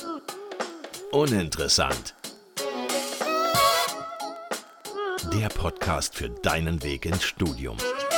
Uninteressant. Der Podcast für deinen Weg ins Studium.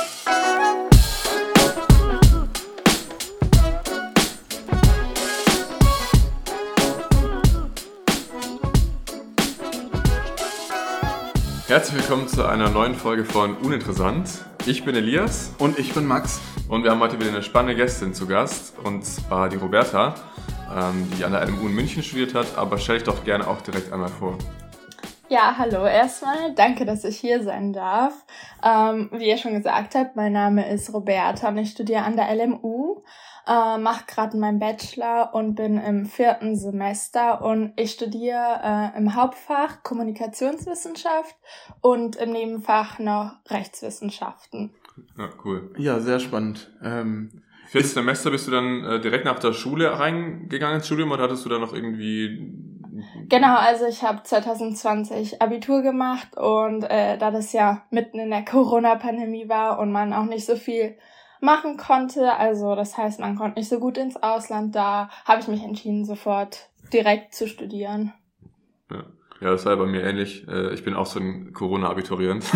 Herzlich willkommen zu einer neuen Folge von Uninteressant. Ich bin Elias. Und ich bin Max. Und wir haben heute wieder eine spannende Gästin zu Gast, und zwar die Roberta, die an der LMU in München studiert hat, aber stell dich doch gerne auch direkt einmal vor. Ja, hallo erstmal. Danke, dass ich hier sein darf. Wie ihr schon gesagt habt, mein Name ist Roberta und ich studiere an der LMU, mache gerade meinen Bachelor und bin im 4. Semester, und ich studiere im Hauptfach Kommunikationswissenschaft und im Nebenfach noch Rechtswissenschaften. Ja, cool. Ja, sehr spannend. 4. Semester, bist du dann direkt nach der Schule reingegangen ins Studium, oder hattest du da noch irgendwie... Genau, also ich habe 2020 Abitur gemacht, und da das ja mitten in der Corona-Pandemie war und man auch nicht so viel machen konnte, also das heißt, man konnte nicht so gut ins Ausland, da habe ich mich entschieden, sofort direkt zu studieren. Ja, das war bei mir ähnlich. Ich bin auch so ein Corona-Abiturient.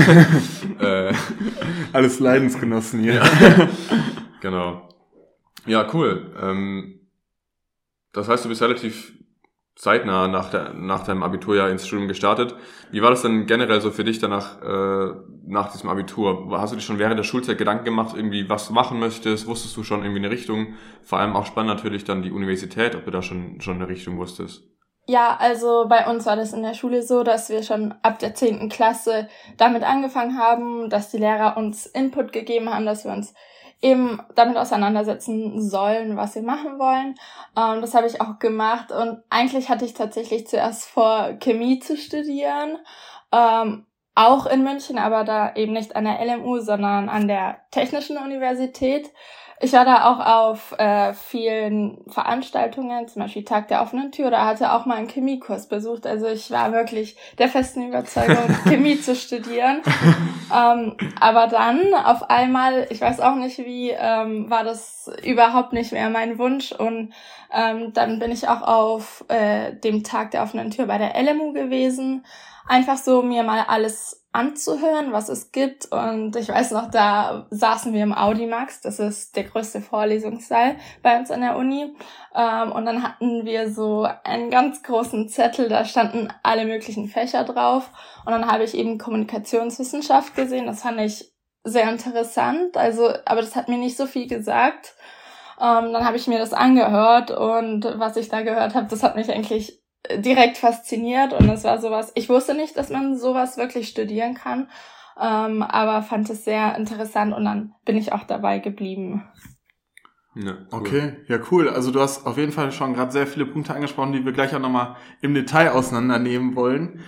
Alles Leidensgenossen hier. Ja. Genau. Ja, cool. Das heißt, du bist relativ zeitnah nach deinem Abiturjahr ins Studium gestartet. Wie war das denn generell so für dich danach, nach diesem Abitur? Hast du dich schon während der Schulzeit Gedanken gemacht, irgendwie was du machen möchtest? Wusstest du schon irgendwie eine Richtung? Vor allem auch spannend natürlich dann die Universität, ob du da schon eine Richtung wusstest. Ja, also bei uns war das in der Schule so, dass wir schon ab der 10. Klasse damit angefangen haben, dass die Lehrer uns Input gegeben haben, dass wir uns eben damit auseinandersetzen sollen, was wir machen wollen. Das habe ich auch gemacht, und eigentlich hatte ich tatsächlich zuerst vor, Chemie zu studieren, auch in München, aber da eben nicht an der LMU, sondern an der Technischen Universität. Ich war da auch auf vielen Veranstaltungen, zum Beispiel Tag der offenen Tür, oder hatte auch mal einen Chemiekurs besucht. Also ich war wirklich der festen Überzeugung, Chemie zu studieren. Aber dann auf einmal, ich weiß auch nicht wie, war das überhaupt nicht mehr mein Wunsch. Und dann bin ich auch auf dem Tag der offenen Tür bei der LMU gewesen. Einfach so mir mal alles anzuhören, was es gibt. Und ich weiß noch, da saßen wir im Audimax, das ist der größte Vorlesungssaal bei uns an der Uni. Und dann hatten wir so einen ganz großen Zettel, da standen alle möglichen Fächer drauf. Und dann habe ich eben Kommunikationswissenschaft gesehen, das fand ich sehr interessant, aber das hat mir nicht so viel gesagt. Dann habe ich mir das angehört, und was ich da gehört habe, das hat mich eigentlich direkt fasziniert, und es war sowas, ich wusste nicht, dass man sowas wirklich studieren kann, aber fand es sehr interessant, und dann bin ich auch dabei geblieben. Ja, cool. Okay, ja cool. Also du hast auf jeden Fall schon gerade sehr viele Punkte angesprochen, die wir gleich auch nochmal im Detail auseinandernehmen wollen.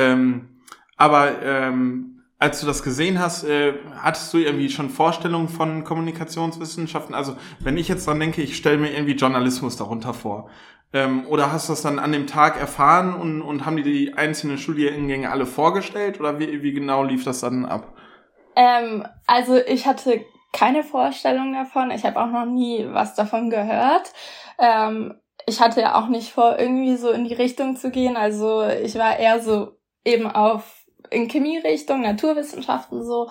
Als du das gesehen hast, hattest du irgendwie schon Vorstellungen von Kommunikationswissenschaften? Also wenn ich jetzt dran denke, ich stelle mir irgendwie Journalismus darunter vor. Oder hast du das dann an dem Tag erfahren und haben die einzelnen Studiengänge alle vorgestellt? Oder wie genau lief das dann ab? Also ich hatte keine Vorstellung davon. Ich habe auch noch nie was davon gehört. Ich hatte ja auch nicht vor, irgendwie so in die Richtung zu gehen. Also ich war eher so eben in Chemie-Richtung, Naturwissenschaften so.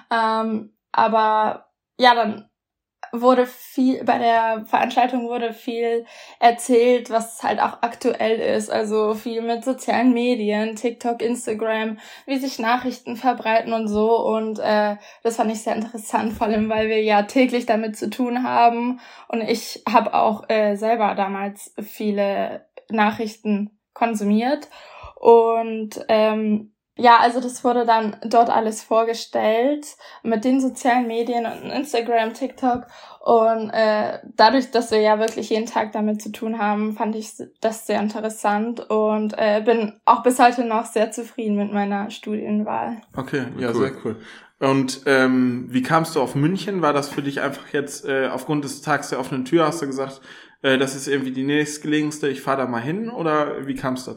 Aber ja, dann bei der Veranstaltung wurde viel erzählt, was halt auch aktuell ist. Also viel mit sozialen Medien, TikTok, Instagram, wie sich Nachrichten verbreiten und so. Und das fand ich sehr interessant, vor allem, weil wir ja täglich damit zu tun haben. Und ich habe auch selber damals viele Nachrichten konsumiert. Und ja, also das wurde dann dort alles vorgestellt mit den sozialen Medien und Instagram, TikTok, und dadurch, dass wir ja wirklich jeden Tag damit zu tun haben, fand ich das sehr interessant, und bin auch bis heute noch sehr zufrieden mit meiner Studienwahl. Okay, ja, cool. Sehr cool. Und wie kamst du auf München? War das für dich einfach jetzt aufgrund des Tags der offenen Tür, hast du gesagt, das ist irgendwie die nächstgelegenste, ich fahre da mal hin, oder wie kam es dazu?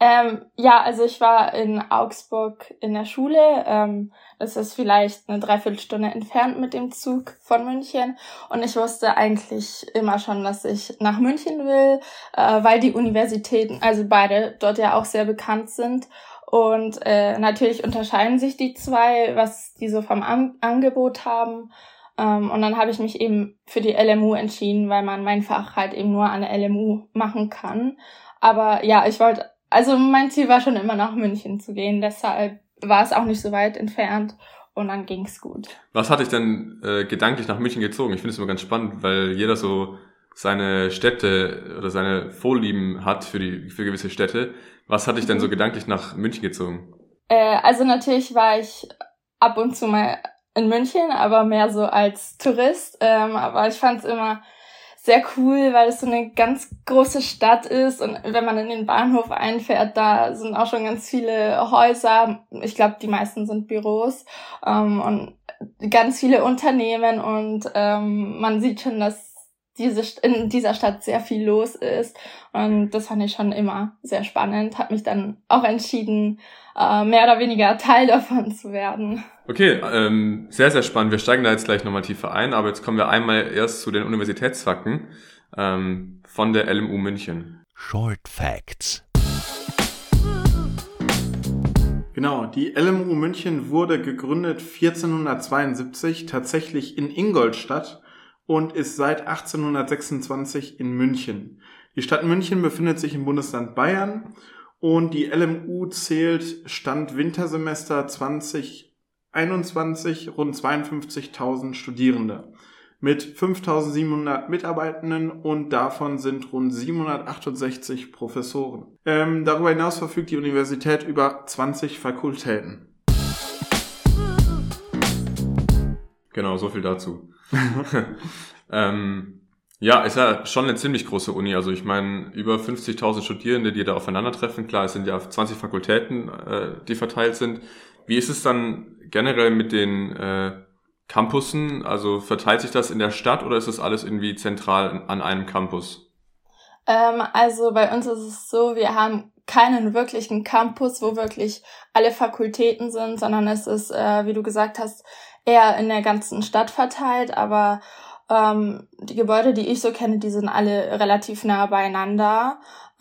Ja, also ich war in Augsburg in der Schule. Das ist vielleicht eine Dreiviertelstunde entfernt mit dem Zug von München. Und ich wusste eigentlich immer schon, dass ich nach München will, weil die Universitäten, also beide, dort ja auch sehr bekannt sind. Und natürlich unterscheiden sich die zwei, was die so vom Angebot haben. Und dann habe ich mich eben für die LMU entschieden, weil man mein Fach halt eben nur an der LMU machen kann. Aber ja, also mein Ziel war schon immer nach München zu gehen, deshalb war es auch nicht so weit entfernt und dann ging's gut. Was hat dich denn gedanklich nach München gezogen? Ich finde es immer ganz spannend, weil jeder so seine Städte oder seine Vorlieben hat für gewisse Städte. Was hat dich denn so gedanklich nach München gezogen? Also natürlich war ich ab und zu mal in München, aber mehr so als Tourist. Aber ich fand es immer sehr cool, weil es so eine ganz große Stadt ist und wenn man in den Bahnhof einfährt, da sind auch schon ganz viele Häuser. Ich glaube, die meisten sind Büros und ganz viele Unternehmen und man sieht schon, dass in dieser Stadt sehr viel los ist und das fand ich schon immer sehr spannend. Hat mich dann auch entschieden, mehr oder weniger Teil davon zu werden. Okay, sehr, sehr spannend. Wir steigen da jetzt gleich nochmal tiefer ein, aber jetzt kommen wir einmal erst zu den Universitätsfakten von der LMU München. Short Facts. Genau, die LMU München wurde gegründet 1472, tatsächlich in Ingolstadt und ist seit 1826 in München. Die Stadt München befindet sich im Bundesland Bayern und die LMU zählt Stand Wintersemester 2021 rund 52.000 Studierende mit 5.700 Mitarbeitenden und davon sind rund 768 Professoren. Darüber hinaus verfügt die Universität über 20 Fakultäten. Genau, so viel dazu. Ja, ist ja schon eine ziemlich große Uni. Also ich meine, über 50.000 Studierende, die da aufeinandertreffen. Klar, es sind ja 20 Fakultäten, die verteilt sind. Wie ist es dann generell mit den Campussen? Also verteilt sich das in der Stadt oder ist das alles irgendwie zentral an einem Campus? Also bei uns ist es so, wir haben keinen wirklichen Campus, wo wirklich alle Fakultäten sind, sondern es ist, wie du gesagt hast, eher in der ganzen Stadt verteilt, aber die Gebäude, die ich so kenne, die sind alle relativ nah beieinander.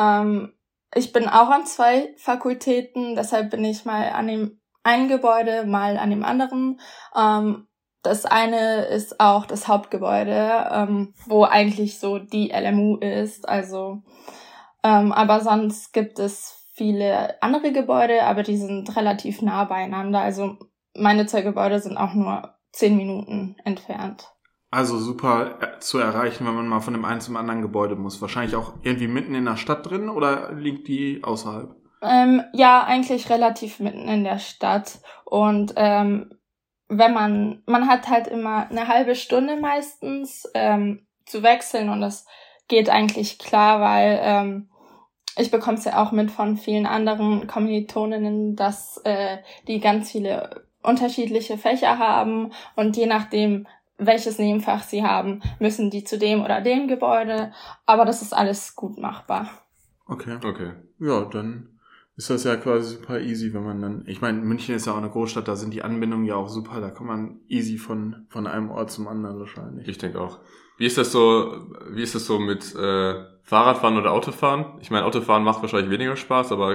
Ich bin auch an 2 Fakultäten, deshalb bin ich mal an dem einen Gebäude, mal an dem anderen. Das eine ist auch das Hauptgebäude, wo eigentlich so die LMU ist. Also, aber sonst gibt es viele andere Gebäude, aber die sind relativ nah beieinander. Also meine 2 Gebäude sind auch nur 10 Minuten entfernt. Also super zu erreichen, wenn man mal von dem einen zum anderen Gebäude muss. Wahrscheinlich auch irgendwie mitten in der Stadt drin oder liegt die außerhalb? Ja, eigentlich relativ mitten in der Stadt. Und wenn man hat halt immer eine halbe Stunde meistens zu wechseln und das geht eigentlich klar, weil ich bekomme es ja auch mit von vielen anderen Kommilitoninnen, dass die ganz viele unterschiedliche Fächer haben und je nachdem, welches Nebenfach sie haben, müssen die zu dem oder dem Gebäude. Aber das ist alles gut machbar. Okay. Ja, dann ist das ja quasi super easy, wenn man dann... Ich meine, München ist ja auch eine Großstadt, da sind die Anbindungen ja auch super. Da kommt man easy von einem Ort zum anderen wahrscheinlich. Ich denke auch. Wie ist das so mit Fahrradfahren oder Autofahren? Ich meine, Autofahren macht wahrscheinlich weniger Spaß, aber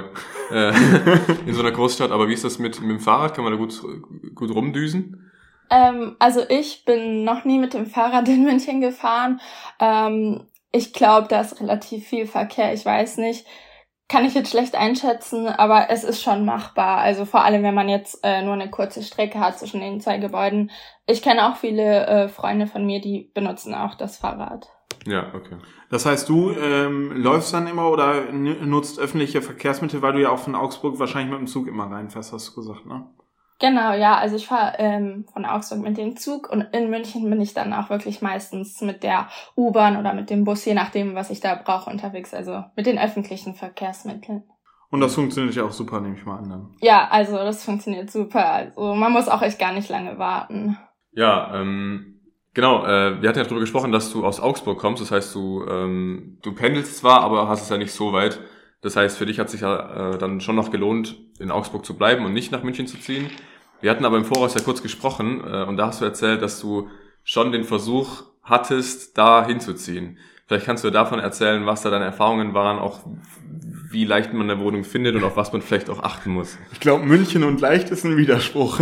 in so einer Großstadt. Aber wie ist das mit dem Fahrrad? Kann man da gut rumdüsen? Also ich bin noch nie mit dem Fahrrad in München gefahren. Ich glaube, da ist relativ viel Verkehr. Ich weiß nicht, kann ich jetzt schlecht einschätzen, aber es ist schon machbar. Also vor allem, wenn man jetzt nur eine kurze Strecke hat zwischen den 2 Gebäuden. Ich kenne auch viele Freunde von mir, die benutzen auch das Fahrrad. Ja, okay. Das heißt, du läufst dann immer oder nutzt öffentliche Verkehrsmittel, weil du ja auch von Augsburg wahrscheinlich mit dem Zug immer reinfährst, hast du gesagt, ne? Genau, ja, also ich fahre von Augsburg mit dem Zug und in München bin ich dann auch wirklich meistens mit der U-Bahn oder mit dem Bus, je nachdem, was ich da brauche, unterwegs, also mit den öffentlichen Verkehrsmitteln. Und das funktioniert ja auch super, nehme ich mal an dann. Ja, also das funktioniert super, also man muss auch echt gar nicht lange warten. Ja, genau, wir hatten ja darüber gesprochen, dass du aus Augsburg kommst, das heißt, du pendelst zwar, aber hast es ja nicht so weit. Das heißt, für dich hat sich ja dann schon noch gelohnt, in Augsburg zu bleiben und nicht nach München zu ziehen. Wir hatten aber im Voraus ja kurz gesprochen und da hast du erzählt, dass du schon den Versuch hattest, da hinzuziehen. Vielleicht kannst du davon erzählen, was da deine Erfahrungen waren, auch wie leicht man eine Wohnung findet und auf was man vielleicht auch achten muss. Ich glaube, München und leicht ist ein Widerspruch.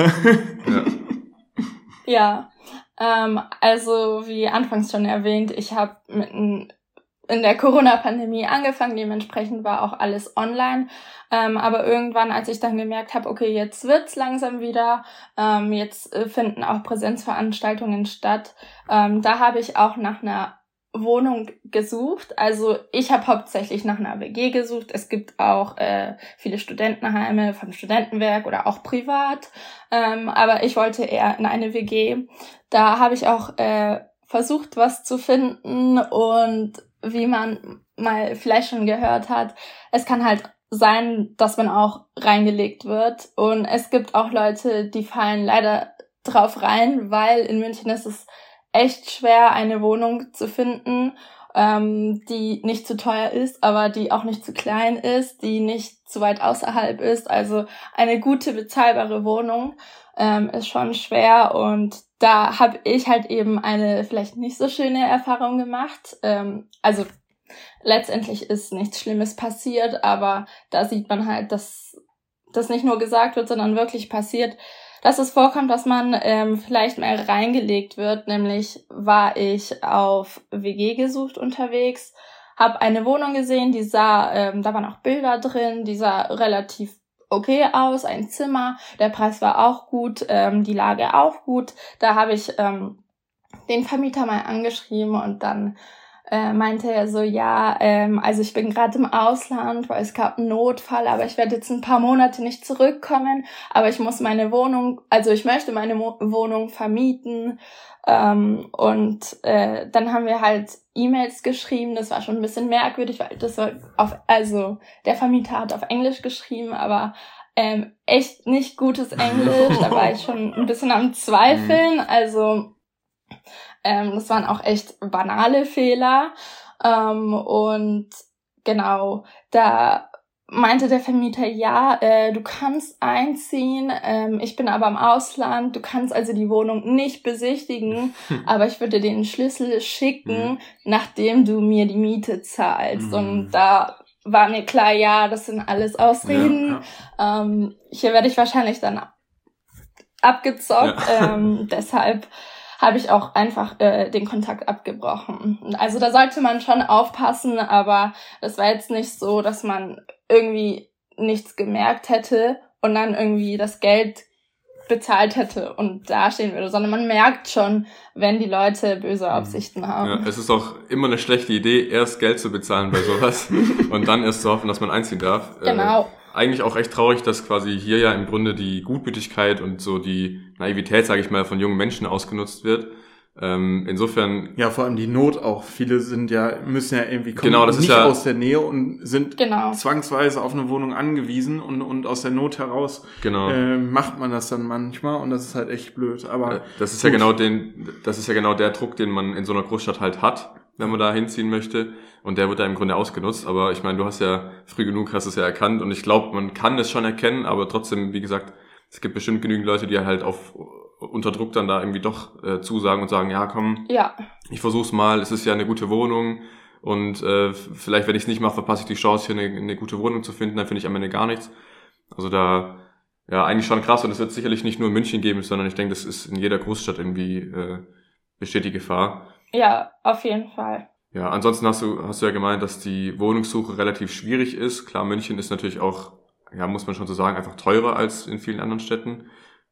Ja, also wie anfangs schon erwähnt, ich habe in der Corona-Pandemie angefangen, dementsprechend war auch alles online, aber irgendwann, als ich dann gemerkt habe, okay, jetzt wird's langsam wieder, jetzt finden auch Präsenzveranstaltungen statt, da habe ich auch nach einer Wohnung gesucht. Also ich habe hauptsächlich nach einer WG gesucht. Es gibt auch viele Studentenheime vom Studentenwerk oder auch privat, aber ich wollte eher in eine WG. Da habe ich auch versucht, was zu finden und wie man mal vielleicht schon gehört hat, es kann halt sein, dass man auch reingelegt wird und es gibt auch Leute, die fallen leider drauf rein, weil in München ist es echt schwer, eine Wohnung zu finden, die nicht zu teuer ist, aber die auch nicht zu klein ist, die nicht zu weit außerhalb ist. Also eine gute, bezahlbare Wohnung ist schon schwer und da habe ich halt eben eine vielleicht nicht so schöne Erfahrung gemacht. Also letztendlich ist nichts Schlimmes passiert, aber da sieht man halt, dass das nicht nur gesagt wird, sondern wirklich passiert, dass es vorkommt, dass man vielleicht mal reingelegt wird. Nämlich war ich auf WG gesucht unterwegs, habe eine Wohnung gesehen, die sah, da waren auch Bilder drin, die sah relativ okay aus, ein Zimmer, der Preis war auch gut, die Lage auch gut. Da habe ich den Vermieter mal angeschrieben und dann meinte er so, ja, also ich bin gerade im Ausland, weil es gab einen Notfall, aber ich werde jetzt ein paar Monate nicht zurückkommen, aber ich muss meine Wohnung, also ich möchte meine Wohnung vermieten und dann haben wir halt E-Mails geschrieben, das war schon ein bisschen merkwürdig, weil das war also der Vermieter hat auf Englisch geschrieben, aber echt nicht gutes Englisch, da war ich schon ein bisschen am Zweifeln, also das waren auch echt banale Fehler und genau, da meinte der Vermieter, ja, du kannst einziehen, ich bin aber im Ausland, du kannst also die Wohnung nicht besichtigen, aber ich würde dir den Schlüssel schicken, nachdem du mir die Miete zahlst. Und da war mir klar, ja, das sind alles Ausreden. Ja. Hier werde ich wahrscheinlich dann abgezockt, deshalb habe ich auch einfach den Kontakt abgebrochen. Also da sollte man schon aufpassen, aber es war jetzt nicht so, dass man irgendwie nichts gemerkt hätte und dann irgendwie das Geld bezahlt hätte und dastehen würde, sondern man merkt schon, wenn die Leute böse Absichten haben. Ja, es ist auch immer eine schlechte Idee, erst Geld zu bezahlen bei sowas und dann erst zu hoffen, dass man einziehen darf. Genau. Eigentlich auch echt traurig, dass quasi hier ja im Grunde die Gutmütigkeit und so die Naivität, sage ich mal, von jungen Menschen ausgenutzt wird. Insofern... Ja, vor allem die Not auch. Viele müssen ja irgendwie kommen, genau, das nicht ist ja, aus der Nähe und sind zwangsweise auf eine Wohnung angewiesen und aus der Not heraus macht man das dann manchmal und das ist halt echt blöd. Aber das ist ja genau der Druck, den man in so einer Großstadt halt hat, wenn man da hinziehen möchte. Und der wird da im Grunde ausgenutzt. Aber ich meine, du hast ja früh genug, hast es ja erkannt. Und ich glaube, man kann es schon erkennen, aber trotzdem, wie gesagt, es gibt bestimmt genügend Leute, die halt unter Druck dann da irgendwie doch zusagen und sagen, ja komm, ich versuch's mal, es ist ja eine gute Wohnung und vielleicht, wenn ich es nicht mache, verpasse ich die Chance, hier eine gute Wohnung zu finden, dann finde ich am Ende gar nichts. Also da, ja, eigentlich schon krass und es wird sicherlich nicht nur in München geben, sondern ich denke, das ist in jeder Großstadt irgendwie besteht die Gefahr. Ja, auf jeden Fall. Ja, ansonsten hast du ja gemeint, dass die Wohnungssuche relativ schwierig ist. Klar, München ist natürlich auch, ja, muss man schon so sagen, einfach teurer als in vielen anderen Städten.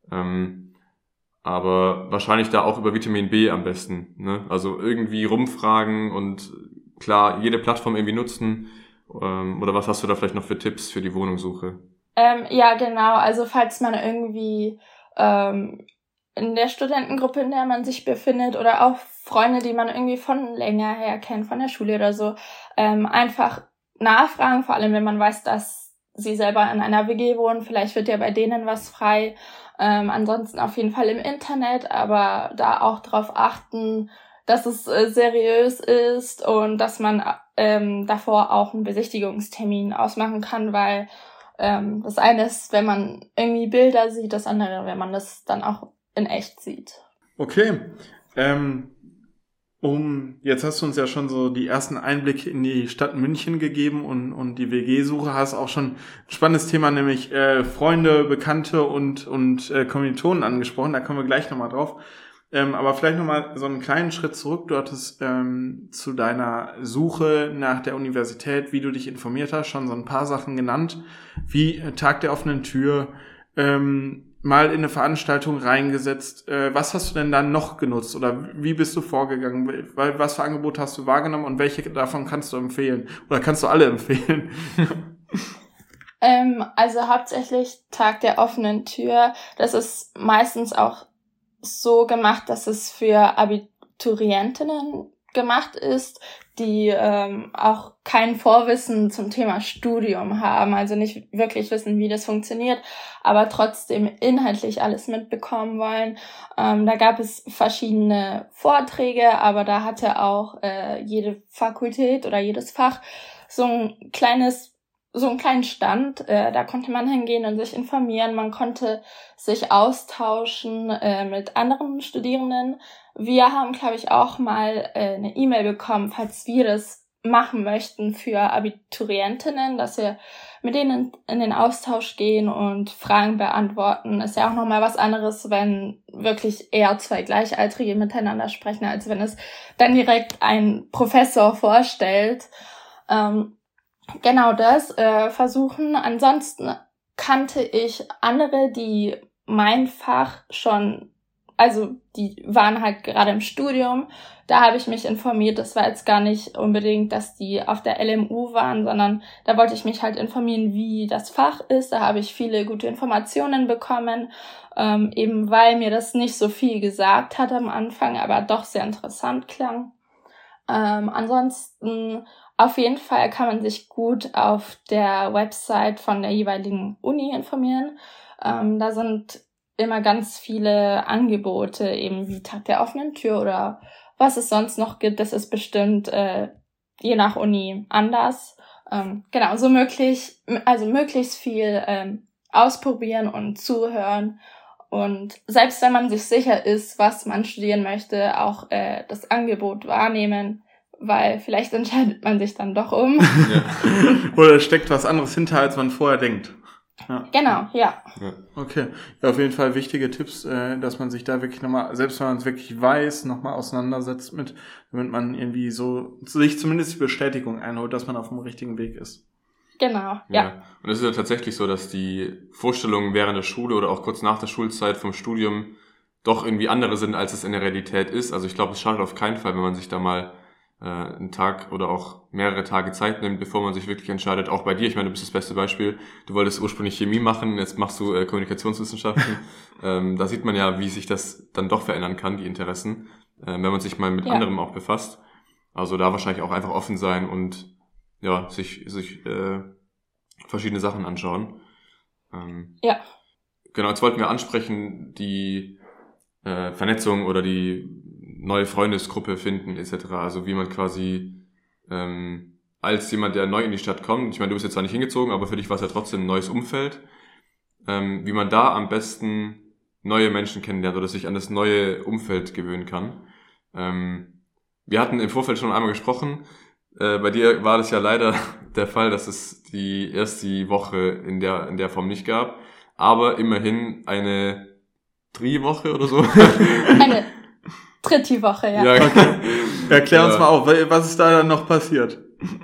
Aber wahrscheinlich da auch über Vitamin B am besten, ne? Also irgendwie rumfragen und klar, jede Plattform irgendwie nutzen. Oder was hast du da vielleicht noch für Tipps für die Wohnungssuche? Ja, genau. Also falls man irgendwie in der Studentengruppe, in der man sich befindet oder auch Freunde, die man irgendwie von länger her kennt, von der Schule oder so, einfach nachfragen, vor allem wenn man weiß, dass sie selber in einer WG wohnen, vielleicht wird ja bei denen was frei. Ansonsten auf jeden Fall im Internet, aber da auch drauf achten, dass es seriös ist und dass man davor auch einen Besichtigungstermin ausmachen kann, weil das eine ist, wenn man irgendwie Bilder sieht, das andere, wenn man das dann auch in echt sieht. Okay. Jetzt hast du uns ja schon so die ersten Einblicke in die Stadt München gegeben und die WG-Suche, hast auch schon ein spannendes Thema, nämlich Freunde, Bekannte und Kommilitonen angesprochen, da kommen wir gleich nochmal drauf. Aber vielleicht nochmal so einen kleinen Schritt zurück. Du hattest zu deiner Suche nach der Universität, wie du dich informiert hast, schon so ein paar Sachen genannt, wie Tag der offenen Tür, mal in eine Veranstaltung reingesetzt. Was hast du denn dann noch genutzt oder wie bist du vorgegangen? Was für Angebote hast du wahrgenommen und welche davon kannst du empfehlen? Oder kannst du alle empfehlen? Also hauptsächlich Tag der offenen Tür. Das ist meistens auch so gemacht, dass es für Abiturientinnen gemacht ist, die auch kein Vorwissen zum Thema Studium haben, also nicht wirklich wissen, wie das funktioniert, aber trotzdem inhaltlich alles mitbekommen wollen. Da gab es verschiedene Vorträge, aber da hatte auch jede Fakultät oder jedes Fach so einen kleinen Stand, da konnte man hingehen und sich informieren, man konnte sich austauschen mit anderen Studierenden. Wir haben, glaube ich, auch mal eine E-Mail bekommen, falls wir das machen möchten für Abiturientinnen, dass wir mit denen in den Austausch gehen und Fragen beantworten. Ist ja auch nochmal was anderes, wenn wirklich eher zwei Gleichaltrige miteinander sprechen, als wenn es dann direkt ein Professor vorstellt. Genau das versuchen. Ansonsten kannte ich andere, die mein Fach schon, also die waren halt gerade im Studium. Da habe ich mich informiert. Das war jetzt gar nicht unbedingt, dass die auf der LMU waren, sondern da wollte ich mich halt informieren, wie das Fach ist. Da habe ich viele gute Informationen bekommen, eben weil mir das nicht so viel gesagt hat am Anfang, aber doch sehr interessant klang. Ansonsten auf jeden Fall kann man sich gut auf der Website von der jeweiligen Uni informieren. Da sind immer ganz viele Angebote, eben wie Tag der offenen Tür oder was es sonst noch gibt. Das ist bestimmt je nach Uni anders. Genau, so möglichst viel ausprobieren und zuhören. Und selbst wenn man sich sicher ist, was man studieren möchte, auch das Angebot wahrnehmen, weil vielleicht entscheidet man sich dann doch um. Ja. Oder steckt was anderes hinter, als man vorher denkt. Ja. Genau, ja. Okay, ja, auf jeden Fall wichtige Tipps, dass man sich da wirklich nochmal, selbst wenn man es wirklich weiß, nochmal auseinandersetzt mit, damit man irgendwie so sich zumindest die Bestätigung einholt, dass man auf dem richtigen Weg ist. Genau, ja. Und es ist ja tatsächlich so, dass die Vorstellungen während der Schule oder auch kurz nach der Schulzeit vom Studium doch irgendwie andere sind, als es in der Realität ist. Also ich glaube, es schadet auf keinen Fall, wenn man sich da mal einen Tag oder auch mehrere Tage Zeit nimmt, bevor man sich wirklich entscheidet. Auch bei dir, ich meine, du bist das beste Beispiel. Du wolltest ursprünglich Chemie machen, jetzt machst du Kommunikationswissenschaften. Da sieht man ja, wie sich das dann doch verändern kann, die Interessen, wenn man sich mal mit anderem auch befasst. Also da wahrscheinlich auch einfach offen sein und ja, sich verschiedene Sachen anschauen. Ja. Genau, jetzt wollten wir ansprechen, die Vernetzung oder die neue Freundesgruppe finden etc. Also wie man quasi als jemand, der neu in die Stadt kommt, ich meine, du bist jetzt zwar nicht hingezogen, aber für dich war es ja trotzdem ein neues Umfeld, wie man da am besten neue Menschen kennenlernt oder sich an das neue Umfeld gewöhnen kann. Wir hatten im Vorfeld schon einmal gesprochen, bei dir war das ja leider der Fall, dass es die erste Woche in der Form nicht gab, aber immerhin eine Tri-Woche oder so. Eine dritte Woche, ja. Ja, okay. Erklär uns mal auf, was ist da dann noch passiert?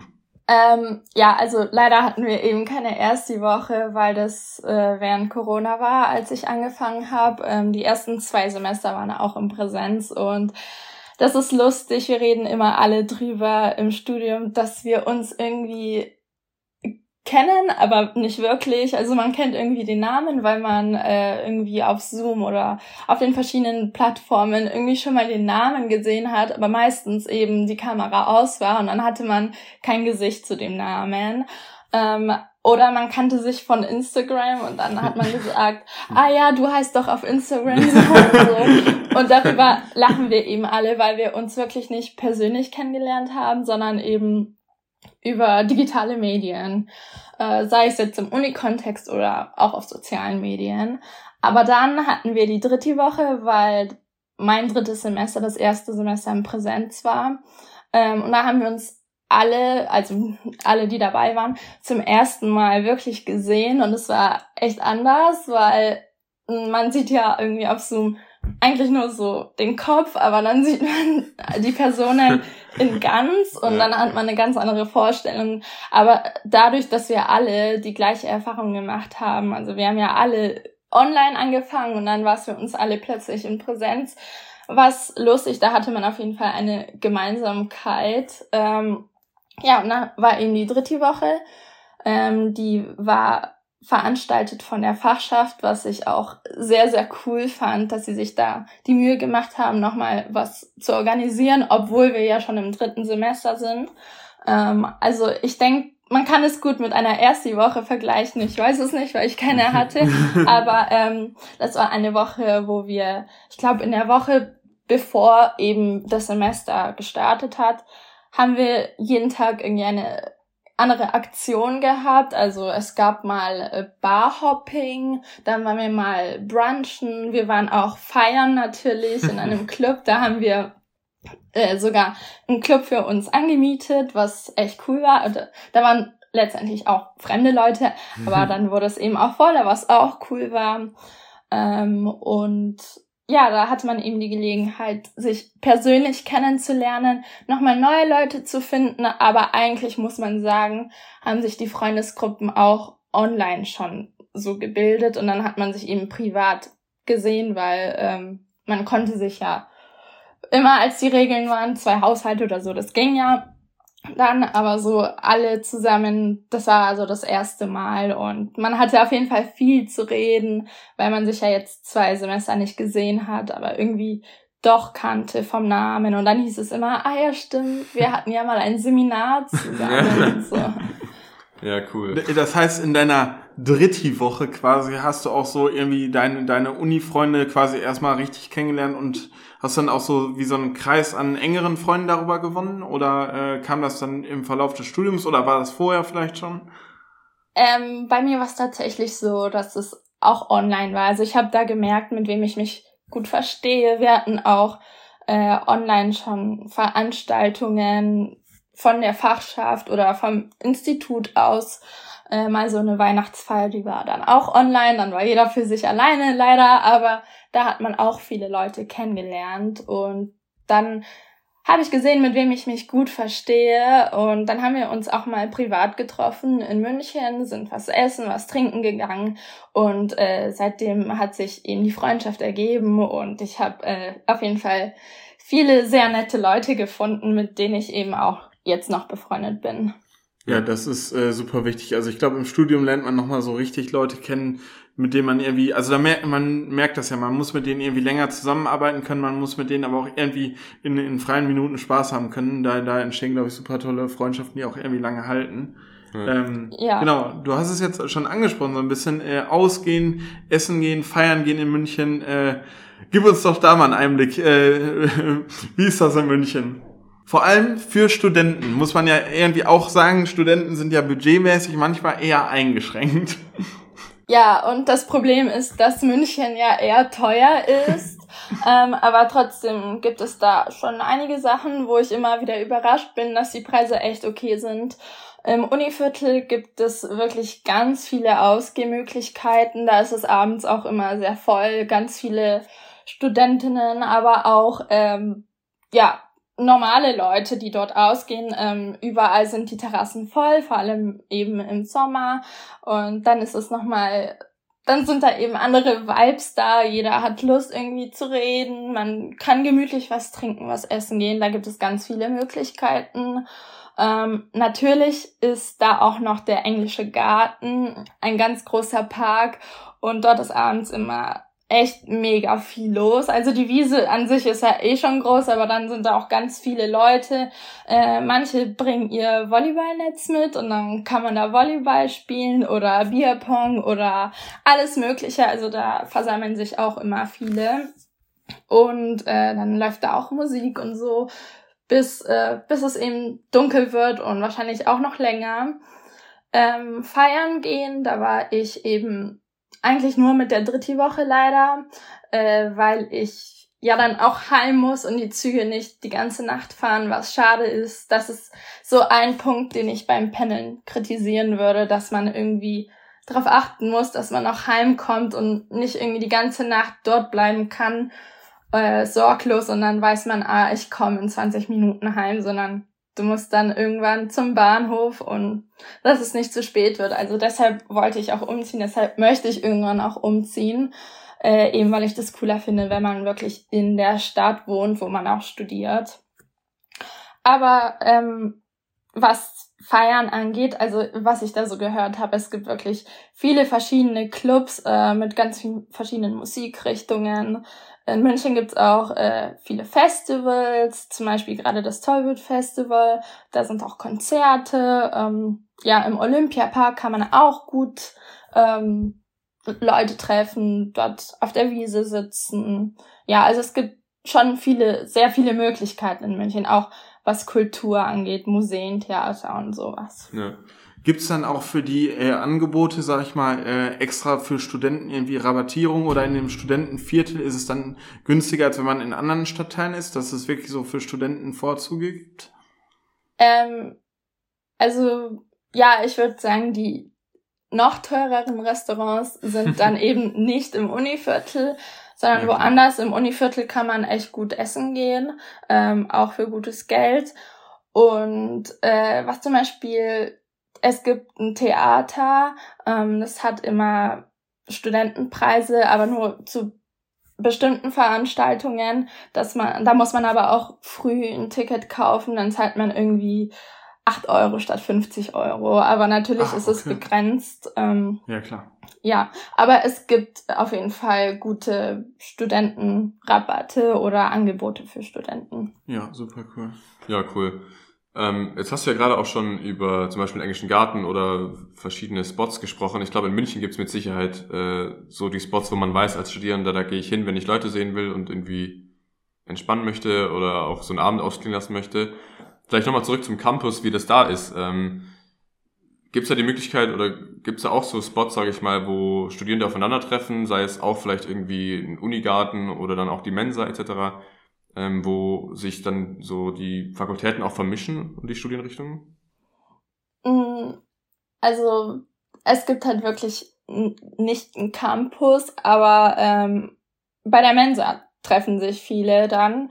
Ja, also leider hatten wir eben keine erste Woche, weil das während Corona war, als ich angefangen habe. Die ersten 2 Semester waren auch in Präsenz und das ist lustig. Wir reden immer alle drüber im Studium, dass wir uns irgendwie kennen, aber nicht wirklich. Also man kennt irgendwie den Namen, weil man irgendwie auf Zoom oder auf den verschiedenen Plattformen irgendwie schon mal den Namen gesehen hat, aber meistens eben die Kamera aus war und dann hatte man kein Gesicht zu dem Namen. Oder man kannte sich von Instagram und dann hat man gesagt, ja, du heißt doch auf Instagram so und so. Und darüber lachen wir eben alle, weil wir uns wirklich nicht persönlich kennengelernt haben, sondern eben über digitale Medien, sei es jetzt im Uni-Kontext oder auch auf sozialen Medien. Aber dann hatten wir die dritte Woche, weil mein drittes Semester das erste Semester in Präsenz war. Und da haben wir uns alle, die dabei waren, zum ersten Mal wirklich gesehen. Und es war echt anders, weil man sieht ja irgendwie auf Zoom eigentlich nur so den Kopf, aber dann sieht man die Personen in ganz und dann hat man eine ganz andere Vorstellung. Aber dadurch, dass wir alle die gleiche Erfahrung gemacht haben, also wir haben ja alle online angefangen und dann war es für uns alle plötzlich in Präsenz, was lustig, da hatte man auf jeden Fall eine Gemeinsamkeit. Und dann war eben die dritte Woche, die war veranstaltet von der Fachschaft, was ich auch sehr, sehr cool fand, dass sie sich da die Mühe gemacht haben, nochmal was zu organisieren, obwohl wir ja schon im dritten Semester sind. Also ich denke, man kann es gut mit einer ersten Woche vergleichen. Ich weiß es nicht, weil ich keine hatte. Aber das war eine Woche, wo wir, ich glaube in der Woche, bevor eben das Semester gestartet hat, haben wir jeden Tag irgendwie eine andere Aktion gehabt. Also es gab mal Barhopping, dann waren wir mal brunchen, wir waren auch feiern natürlich in einem Club. Da haben wir sogar einen Club für uns angemietet, was echt cool war. Und da waren letztendlich auch fremde Leute, aber dann wurde es eben auch voller, was auch cool war. Und ja, da hatte man eben die Gelegenheit, sich persönlich kennenzulernen, nochmal neue Leute zu finden, aber eigentlich muss man sagen, haben sich die Freundesgruppen auch online schon so gebildet und dann hat man sich eben privat gesehen, weil man konnte sich ja immer, als die Regeln waren, 2 Haushalte oder so, das ging ja dann, aber so alle zusammen, das war also das erste Mal und man hatte auf jeden Fall viel zu reden, weil man sich ja jetzt 2 Semester nicht gesehen hat, aber irgendwie doch kannte vom Namen und dann hieß es immer, ja stimmt, wir hatten ja mal ein Seminar zusammen und so. Ja, cool. Das heißt, in deiner dritte Woche quasi hast du auch so irgendwie deine Uni-Freunde quasi erstmal richtig kennengelernt und hast dann auch so wie so einen Kreis an engeren Freunden darüber gewonnen? Oder kam das dann im Verlauf des Studiums oder war das vorher vielleicht schon? Bei mir war es tatsächlich so, dass es auch online war. Also ich habe da gemerkt, mit wem ich mich gut verstehe. Wir hatten auch online schon Veranstaltungen von der Fachschaft oder vom Institut aus. Mal so eine Weihnachtsfeier, die war dann auch online, dann war jeder für sich alleine leider, aber da hat man auch viele Leute kennengelernt und dann habe ich gesehen, mit wem ich mich gut verstehe und dann haben wir uns auch mal privat getroffen in München, sind was essen, was trinken gegangen und seitdem hat sich eben die Freundschaft ergeben und ich habe auf jeden Fall viele sehr nette Leute gefunden, mit denen ich eben auch jetzt noch befreundet bin. Ja, das ist super wichtig. Also ich glaube, im Studium lernt man nochmal so richtig Leute kennen, mit denen man irgendwie, also man merkt das ja, man muss mit denen irgendwie länger zusammenarbeiten können, man muss mit denen aber auch irgendwie in freien Minuten Spaß haben können. Da entstehen, glaube ich, super tolle Freundschaften, die auch irgendwie lange halten. Ja. Genau, du hast es jetzt schon angesprochen, so ein bisschen ausgehen, essen gehen, feiern gehen in München. Gib uns doch da mal einen Einblick. Wie ist das in München? Vor allem für Studenten, muss man ja irgendwie auch sagen, Studenten sind ja budgetmäßig manchmal eher eingeschränkt. Ja, und das Problem ist, dass München ja eher teuer ist, aber trotzdem gibt es da schon einige Sachen, wo ich immer wieder überrascht bin, dass die Preise echt okay sind. Im Univiertel gibt es wirklich ganz viele Ausgehmöglichkeiten, da ist es abends auch immer sehr voll, ganz viele Studentinnen, aber auch, normale Leute, die dort ausgehen, überall sind die Terrassen voll, vor allem eben im Sommer und dann ist es dann sind da eben andere Vibes da, jeder hat Lust irgendwie zu reden, man kann gemütlich was trinken, was essen gehen, da gibt es ganz viele Möglichkeiten. Natürlich ist da auch noch der Englische Garten, ein ganz großer Park und dort ist abends immer echt mega viel los. Also die Wiese an sich ist ja eh schon groß, aber dann sind da auch ganz viele Leute. Manche bringen ihr Volleyballnetz mit und dann kann man da Volleyball spielen oder Bierpong oder alles Mögliche. Also da versammeln sich auch immer viele. Und dann läuft da auch Musik und so, bis es eben dunkel wird und wahrscheinlich auch noch länger. Feiern gehen, da war ich eben eigentlich nur mit der Dritti-Woche leider, weil ich ja dann auch heim muss und die Züge nicht die ganze Nacht fahren, was schade ist. Das ist so ein Punkt, den ich beim Pendeln kritisieren würde, dass man irgendwie darauf achten muss, dass man auch heimkommt und nicht irgendwie die ganze Nacht dort bleiben kann, sorglos, und dann weiß man, ich komme in 20 Minuten heim, sondern du musst dann irgendwann zum Bahnhof und dass es nicht zu spät wird. Also deshalb wollte ich auch umziehen, deshalb möchte ich irgendwann auch umziehen, eben weil ich das cooler finde, wenn man wirklich in der Stadt wohnt, wo man auch studiert. Aber was Feiern angeht, also was ich da so gehört habe, es gibt wirklich viele verschiedene Clubs mit ganz vielen verschiedenen Musikrichtungen. In München gibt's auch viele Festivals, zum Beispiel gerade das Tollwood Festival. Da sind auch Konzerte. Im Olympiapark kann man auch gut Leute treffen, dort auf der Wiese sitzen. Ja, also es gibt schon sehr viele Möglichkeiten in München, auch was Kultur angeht, Museen, Theater und sowas. Ja. Gibt's dann auch für die Angebote, sag ich mal, extra für Studenten irgendwie Rabattierung, oder in dem Studentenviertel ist es dann günstiger, als wenn man in anderen Stadtteilen ist, dass es wirklich so für Studenten Vorzüge gibt? Ich würde sagen, die noch teureren Restaurants sind dann eben nicht im Univiertel, sondern woanders. Im Univiertel kann man echt gut essen gehen, auch für gutes Geld. Und was zum Beispiel, es gibt ein Theater, das hat immer Studentenpreise, aber nur zu bestimmten Veranstaltungen, da muss man aber auch früh ein Ticket kaufen, dann zahlt man irgendwie 8 Euro statt 50 Euro. Aber natürlich ist es begrenzt. Ja, klar. Ja, aber es gibt auf jeden Fall gute Studentenrabatte oder Angebote für Studenten. Ja, super cool. Ja, cool. Jetzt hast du ja gerade auch schon über zum Beispiel den Englischen Garten oder verschiedene Spots gesprochen. Ich glaube, in München gibt's mit Sicherheit so die Spots, wo man weiß, als Studierender, da gehe ich hin, wenn ich Leute sehen will und irgendwie entspannen möchte oder auch so einen Abend ausklingen lassen möchte. Vielleicht nochmal zurück zum Campus, wie das da ist. Gibt's da die Möglichkeit oder gibt's da auch so Spots, sage ich mal, wo Studierende aufeinandertreffen, sei es auch vielleicht irgendwie ein Unigarten oder dann auch die Mensa etc., wo sich dann so die Fakultäten auch vermischen und die Studienrichtungen? Also es gibt halt wirklich nicht einen Campus, aber bei der Mensa treffen sich viele dann.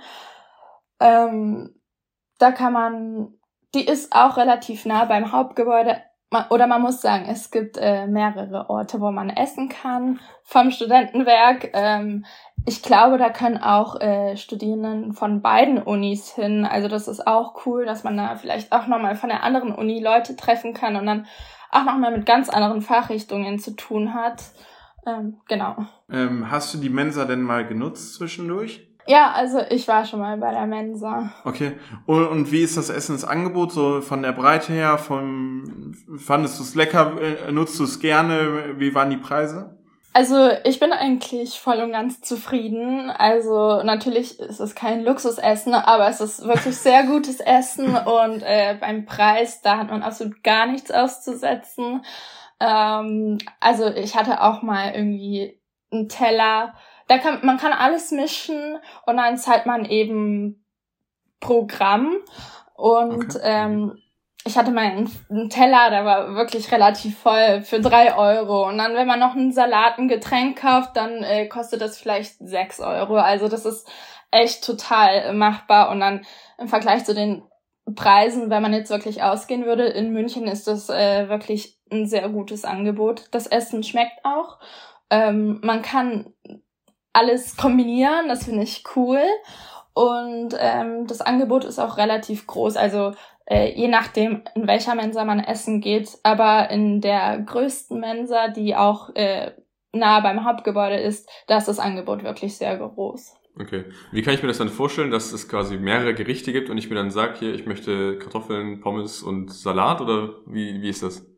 Da kann man, die ist auch relativ nah beim Hauptgebäude, oder man muss sagen, es gibt mehrere Orte, wo man essen kann vom Studentenwerk. Ich glaube, da können auch Studierenden von beiden Unis hin. Also das ist auch cool, dass man da vielleicht auch nochmal von der anderen Uni Leute treffen kann und dann auch nochmal mit ganz anderen Fachrichtungen zu tun hat. Genau. Hast du die Mensa denn mal genutzt zwischendurch? Ja, also ich war schon mal bei der Mensa. Okay. Und wie ist das Essensangebot so von der Breite her? Fandest du es lecker? Nutzt du es gerne? Wie waren die Preise? Also ich bin eigentlich voll und ganz zufrieden. Also natürlich ist es kein Luxusessen, aber es ist wirklich sehr gutes Essen und beim Preis, da hat man absolut gar nichts auszusetzen. Also ich hatte auch mal irgendwie einen Teller. Man kann alles mischen und dann zahlt man eben pro Gramm. Und ich hatte mal einen Teller, der war wirklich relativ voll für 3 Euro. Und dann, wenn man noch einen Salat, ein Getränk kauft, dann kostet das vielleicht 6 Euro. Also das ist echt total machbar. Und dann im Vergleich zu den Preisen, wenn man jetzt wirklich ausgehen würde, in München ist das wirklich ein sehr gutes Angebot. Das Essen schmeckt auch. Man kann alles kombinieren, das finde ich cool. Und das Angebot ist auch relativ groß, also je nachdem, in welcher Mensa man essen geht. Aber in der größten Mensa, die auch nah beim Hauptgebäude ist, da ist das Angebot wirklich sehr groß. Okay. Wie kann ich mir das dann vorstellen, dass es quasi mehrere Gerichte gibt und ich mir dann sage, hier, ich möchte Kartoffeln, Pommes und Salat, oder wie ist das?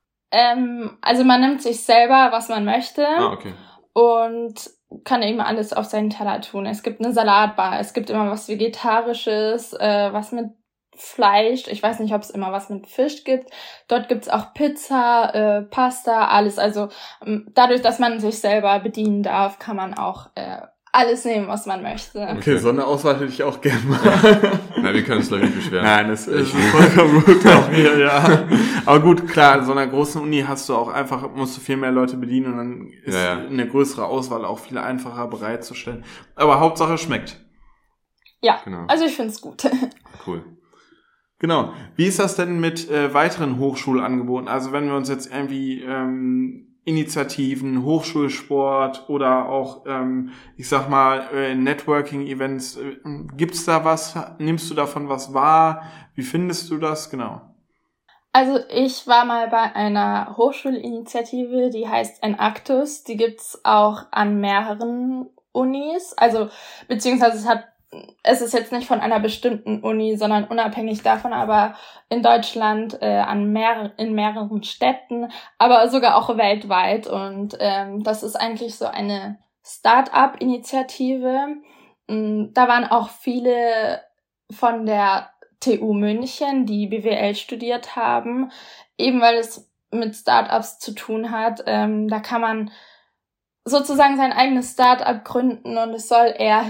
Also man nimmt sich selber, was man möchte. Okay. Und kann eben alles auf seinen Teller tun. Es gibt eine Salatbar, es gibt immer was Vegetarisches, was mit Fleisch. Ich weiß nicht, ob es immer was mit Fisch gibt. Dort gibt's auch Pizza, Pasta, alles. Also dadurch, dass man sich selber bedienen darf, kann man auch alles nehmen, was man möchte. Okay, so eine Auswahl hätte ich auch gerne mal. Na, wir können uns gleich nicht beschweren. Nein, das ist vollkommen gut auch hier, ja. Aber gut, klar, in so einer großen Uni musst du viel mehr Leute bedienen und dann ist eine größere Auswahl auch viel einfacher bereitzustellen. Aber Hauptsache schmeckt. Ja, genau. Also ich find's gut. Cool. Genau. Wie ist das denn mit weiteren Hochschulangeboten? Also wenn wir uns jetzt irgendwie Initiativen, Hochschulsport oder auch, Networking-Events, gibt's da was? Nimmst du davon was wahr? Wie findest du das? Genau. Also ich war mal bei einer Hochschulinitiative, die heißt Enactus. Die gibt's auch an mehreren Unis. Also beziehungsweise es ist jetzt nicht von einer bestimmten Uni, sondern unabhängig davon, aber in Deutschland in mehreren Städten, aber sogar auch weltweit. Und das ist eigentlich so eine Start-up-Initiative. Da waren auch viele von der TU München, die BWL studiert haben, eben weil es mit Start-ups zu tun hat. Da kann man sozusagen sein eigenes Start-up gründen und es soll eher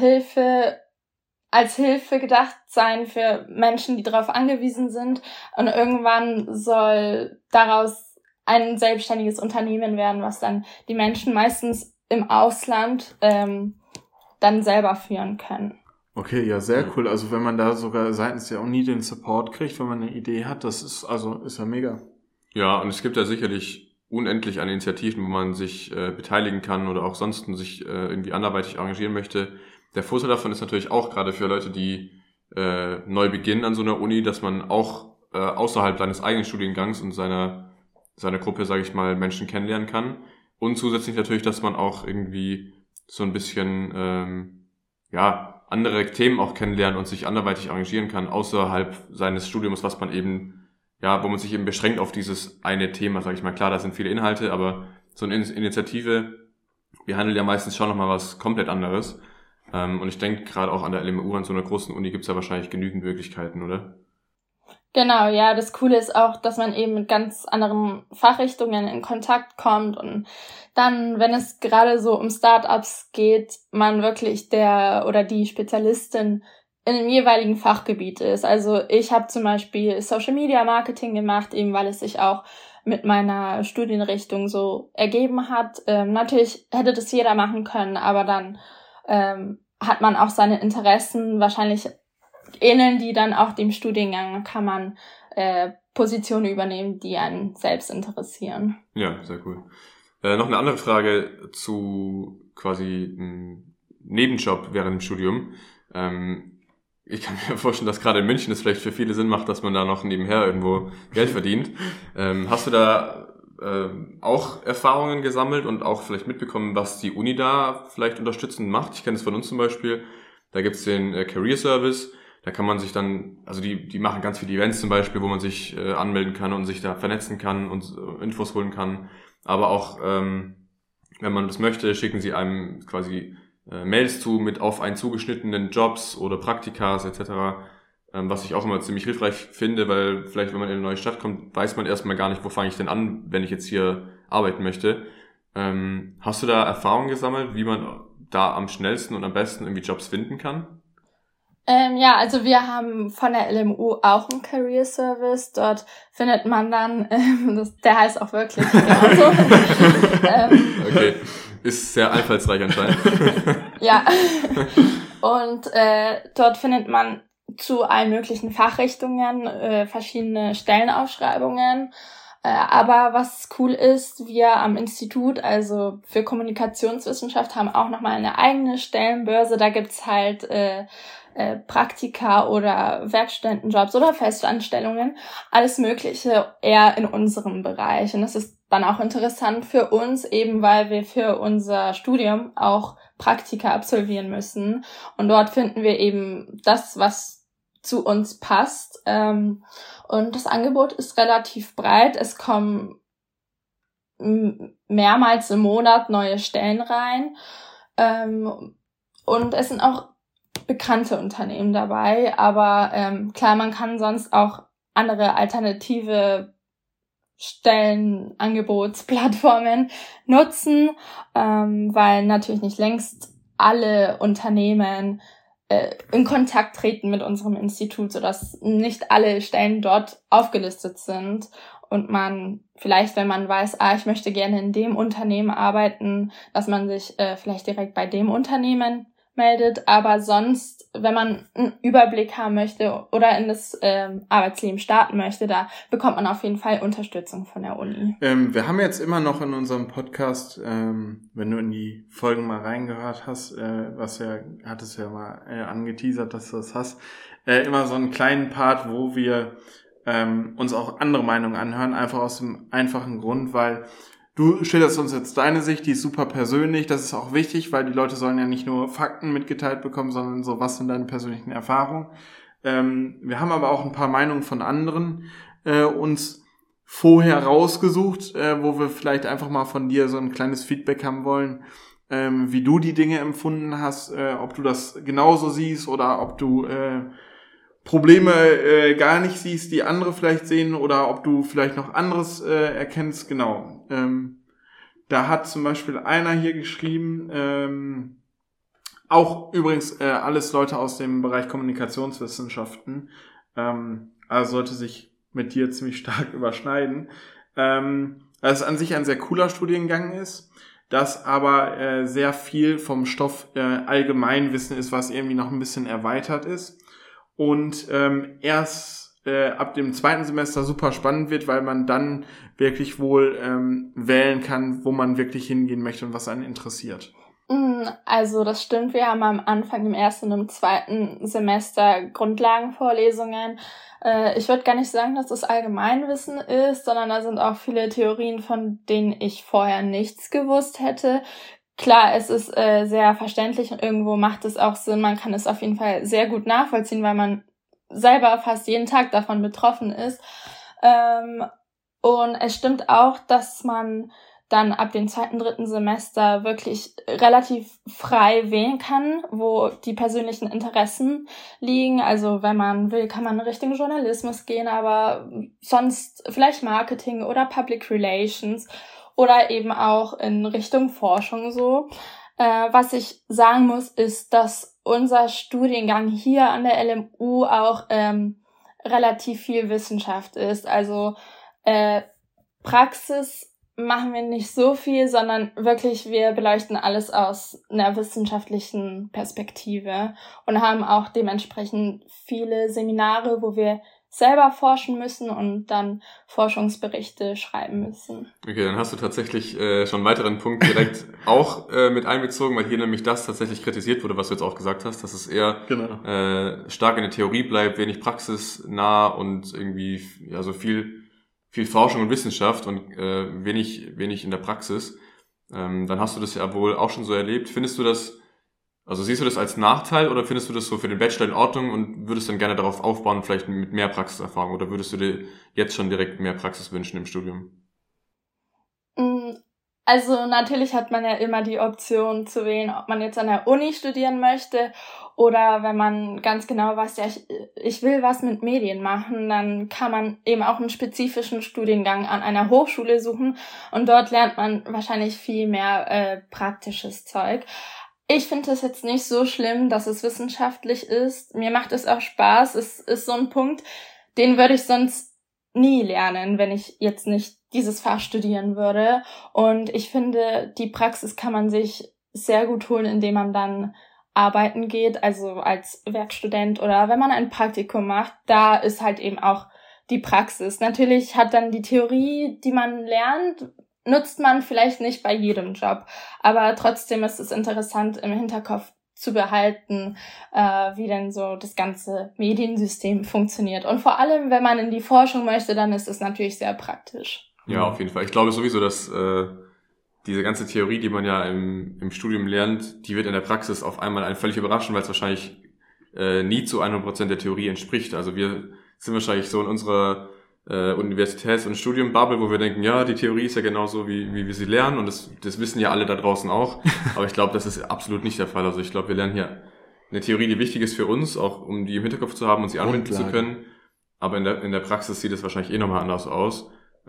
als Hilfe gedacht sein für Menschen, die darauf angewiesen sind. Und irgendwann soll daraus ein selbstständiges Unternehmen werden, was dann die Menschen meistens im Ausland dann selber führen können. Okay, ja, sehr cool. Also wenn man da sogar seitens der Uni den Support kriegt, wenn man eine Idee hat, ist ja mega. Ja, und es gibt ja sicherlich unendlich an Initiativen, wo man sich beteiligen kann oder auch sonst sich irgendwie anderweitig engagieren möchte. Der Vorteil davon ist natürlich auch gerade für Leute, die neu beginnen an so einer Uni, dass man auch außerhalb seines eigenen Studiengangs und seiner Gruppe, sage ich mal, Menschen kennenlernen kann. Und zusätzlich natürlich, dass man auch irgendwie so ein bisschen andere Themen auch kennenlernen und sich anderweitig engagieren kann außerhalb seines Studiums, was man eben, wo man sich eben beschränkt auf dieses eine Thema, sage ich mal. Klar, da sind viele Inhalte, aber so eine Initiative behandelt ja meistens schon nochmal was komplett anderes. Und ich denke, gerade auch an der LMU, an so einer großen Uni, gibt's ja wahrscheinlich genügend Möglichkeiten, oder? Genau, ja, das Coole ist auch, dass man eben mit ganz anderen Fachrichtungen in Kontakt kommt und dann, wenn es gerade so um Startups geht, man wirklich der oder die Spezialistin in dem jeweiligen Fachgebiet ist. Also ich habe zum Beispiel Social Media Marketing gemacht, eben weil es sich auch mit meiner Studienrichtung so ergeben hat. Natürlich hätte das jeder machen können, aber dann hat man auch seine Interessen, wahrscheinlich ähneln die dann auch dem Studiengang, kann man Positionen übernehmen, die einen selbst interessieren. Ja, sehr cool. Noch eine andere Frage zu quasi einem Nebenjob während dem Studium. Ich kann mir vorstellen, dass gerade in München es vielleicht für viele Sinn macht, dass man da noch nebenher irgendwo Geld verdient. Hast du da auch Erfahrungen gesammelt und auch vielleicht mitbekommen, was die Uni da vielleicht unterstützend macht? Ich kenne es von uns zum Beispiel. Da gibt's den Career Service. Da kann man sich dann, also die machen ganz viele Events zum Beispiel, wo man sich anmelden kann und sich da vernetzen kann und Infos holen kann. Aber auch, wenn man das möchte, schicken sie einem quasi Mails zu mit auf einen zugeschnittenen Jobs oder Praktikas etc., was ich auch immer ziemlich hilfreich finde, weil vielleicht, wenn man in eine neue Stadt kommt, weiß man erstmal gar nicht, wo fange ich denn an, wenn ich jetzt hier arbeiten möchte. Hast du da Erfahrungen gesammelt, wie man da am schnellsten und am besten irgendwie Jobs finden kann? Ja, also wir haben von der LMU auch einen Career Service. Dort findet man dann, der heißt auch wirklich genauso. Okay, ist sehr einfallsreich anscheinend. Ja, und dort findet man zu allen möglichen Fachrichtungen verschiedene Stellenausschreibungen. Aber was cool ist, wir am Institut, also für Kommunikationswissenschaft, haben auch nochmal eine eigene Stellenbörse. Da gibt's halt Praktika oder Werkstudentenjobs oder Festanstellungen, alles Mögliche eher in unserem Bereich. Und das ist dann auch interessant für uns, eben weil wir für unser Studium auch Praktika absolvieren müssen. Und dort finden wir eben das, was zu uns passt. Und das Angebot ist relativ breit. Es kommen mehrmals im Monat neue Stellen rein. Und es sind auch bekannte Unternehmen dabei. Aber klar, man kann sonst auch andere alternative Stellenangebotsplattformen nutzen, weil natürlich nicht längst alle Unternehmen in Kontakt treten mit unserem Institut, sodass nicht alle Stellen dort aufgelistet sind und man vielleicht, wenn man weiß, ich möchte gerne in dem Unternehmen arbeiten, dass man sich vielleicht direkt bei dem Unternehmen meldet, aber sonst, wenn man einen Überblick haben möchte oder in das Arbeitsleben starten möchte, da bekommt man auf jeden Fall Unterstützung von der Uni. Wir haben jetzt immer noch in unserem Podcast, wenn du in die Folgen mal reingehört hast, hattest du ja mal angeteasert, dass du das hast, immer so einen kleinen Part, wo wir uns auch andere Meinungen anhören, einfach aus dem einfachen Grund, weil du schilderst uns jetzt deine Sicht, die ist super persönlich, das ist auch wichtig, weil die Leute sollen ja nicht nur Fakten mitgeteilt bekommen, sondern so, was sind deine persönlichen Erfahrungen. Wir haben aber auch ein paar Meinungen von anderen uns vorher rausgesucht, wo wir vielleicht einfach mal von dir so ein kleines Feedback haben wollen, wie du die Dinge empfunden hast, ob du das genauso siehst oder ob du Probleme gar nicht siehst, die andere vielleicht sehen, oder ob du vielleicht noch anderes erkennst. Genau. Da hat zum Beispiel einer hier geschrieben, auch übrigens alles Leute aus dem Bereich Kommunikationswissenschaften, also sollte sich mit dir ziemlich stark überschneiden, dass es an sich ein sehr cooler Studiengang ist, dass aber sehr viel vom Stoff Allgemeinwissen ist, was irgendwie noch ein bisschen erweitert ist. Und erst ab dem 2. Semester super spannend wird, weil man dann wirklich wohl wählen kann, wo man wirklich hingehen möchte und was einen interessiert. Also das stimmt, wir haben am Anfang im 1. und im 2. Semester Grundlagenvorlesungen. Ich würde gar nicht sagen, dass das Allgemeinwissen ist, sondern da sind auch viele Theorien, von denen ich vorher nichts gewusst hätte. Klar, es ist sehr verständlich und irgendwo macht es auch Sinn. Man kann es auf jeden Fall sehr gut nachvollziehen, weil man selber fast jeden Tag davon betroffen ist. Und es stimmt auch, dass man dann ab dem 2., 3. Semester wirklich relativ frei wählen kann, wo die persönlichen Interessen liegen. Also wenn man will, kann man in Richtung Journalismus gehen, aber sonst vielleicht Marketing oder Public Relations. Oder eben auch in Richtung Forschung so. Was ich sagen muss, ist, dass unser Studiengang hier an der LMU auch relativ viel Wissenschaft ist. Also Praxis machen wir nicht so viel, sondern wirklich, wir beleuchten alles aus einer wissenschaftlichen Perspektive und haben auch dementsprechend viele Seminare, wo wir selber forschen müssen und dann Forschungsberichte schreiben müssen. Okay, dann hast du tatsächlich schon einen weiteren Punkt direkt auch mit einbezogen, weil hier nämlich das tatsächlich kritisiert wurde, was du jetzt auch gesagt hast, dass es eher stark in der Theorie bleibt, wenig praxisnah und irgendwie so viel Forschung und Wissenschaft und wenig in der Praxis. Dann hast du das ja wohl auch schon so erlebt. Findest du das, also siehst du das als Nachteil oder findest du das so für den Bachelor in Ordnung und würdest dann gerne darauf aufbauen, vielleicht mit mehr Praxiserfahrung, oder würdest du dir jetzt schon direkt mehr Praxis wünschen im Studium? Also natürlich hat man ja immer die Option zu wählen, ob man jetzt an der Uni studieren möchte oder wenn man ganz genau weiß, ja, ich will was mit Medien machen, dann kann man eben auch einen spezifischen Studiengang an einer Hochschule suchen und dort lernt man wahrscheinlich viel mehr praktisches Zeug. Ich finde es jetzt nicht so schlimm, dass es wissenschaftlich ist. Mir macht es auch Spaß. Es ist so ein Punkt, den würde ich sonst nie lernen, wenn ich jetzt nicht dieses Fach studieren würde. Und ich finde, die Praxis kann man sich sehr gut holen, indem man dann arbeiten geht, also als Werkstudent oder wenn man ein Praktikum macht. Da ist halt eben auch die Praxis. Natürlich hat dann die Theorie, die man lernt, nutzt man vielleicht nicht bei jedem Job, aber trotzdem ist es interessant im Hinterkopf zu behalten, wie denn so das ganze Mediensystem funktioniert. Und vor allem, wenn man in die Forschung möchte, dann ist es natürlich sehr praktisch. Ja, auf jeden Fall. Ich glaube sowieso, dass diese ganze Theorie, die man ja im Studium lernt, die wird in der Praxis auf einmal einen völlig überraschen, weil es wahrscheinlich nie zu 100% der Theorie entspricht. Also wir sind wahrscheinlich so in unserer Universitäts- und Studium-Bubble, wo wir denken, ja, die Theorie ist ja genauso, wie wir sie lernen, und das wissen ja alle da draußen auch. Aber ich glaube, das ist absolut nicht der Fall. Also ich glaube, wir lernen hier eine Theorie, die wichtig ist für uns, auch um die im Hinterkopf zu haben und sie anwenden zu können. Aber in der Praxis sieht es wahrscheinlich nochmal anders aus.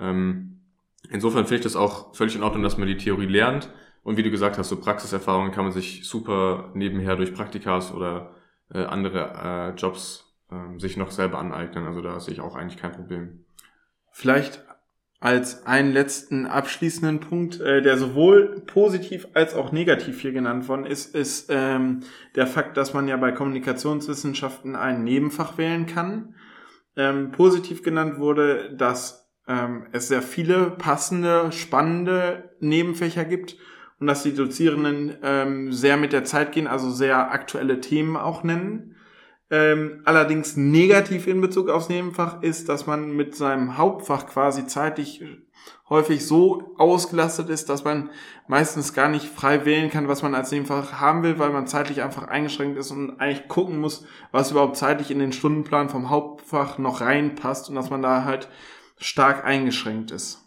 Insofern finde ich das auch völlig in Ordnung, dass man die Theorie lernt. Und wie du gesagt hast, so Praxiserfahrungen kann man sich super nebenher durch Praktikas oder andere Jobs sich noch selber aneignen. Also da sehe ich auch eigentlich kein Problem. Vielleicht als einen letzten abschließenden Punkt, der sowohl positiv als auch negativ hier genannt worden ist der Fakt, dass man ja bei Kommunikationswissenschaften ein Nebenfach wählen kann. Positiv genannt wurde, dass es sehr viele passende, spannende Nebenfächer gibt und dass die Dozierenden sehr mit der Zeit gehen, also sehr aktuelle Themen auch nennen. Allerdings negativ in Bezug aufs Nebenfach ist, dass man mit seinem Hauptfach quasi zeitlich häufig so ausgelastet ist, dass man meistens gar nicht frei wählen kann, was man als Nebenfach haben will, weil man zeitlich einfach eingeschränkt ist und eigentlich gucken muss, was überhaupt zeitlich in den Stundenplan vom Hauptfach noch reinpasst und dass man da halt stark eingeschränkt ist.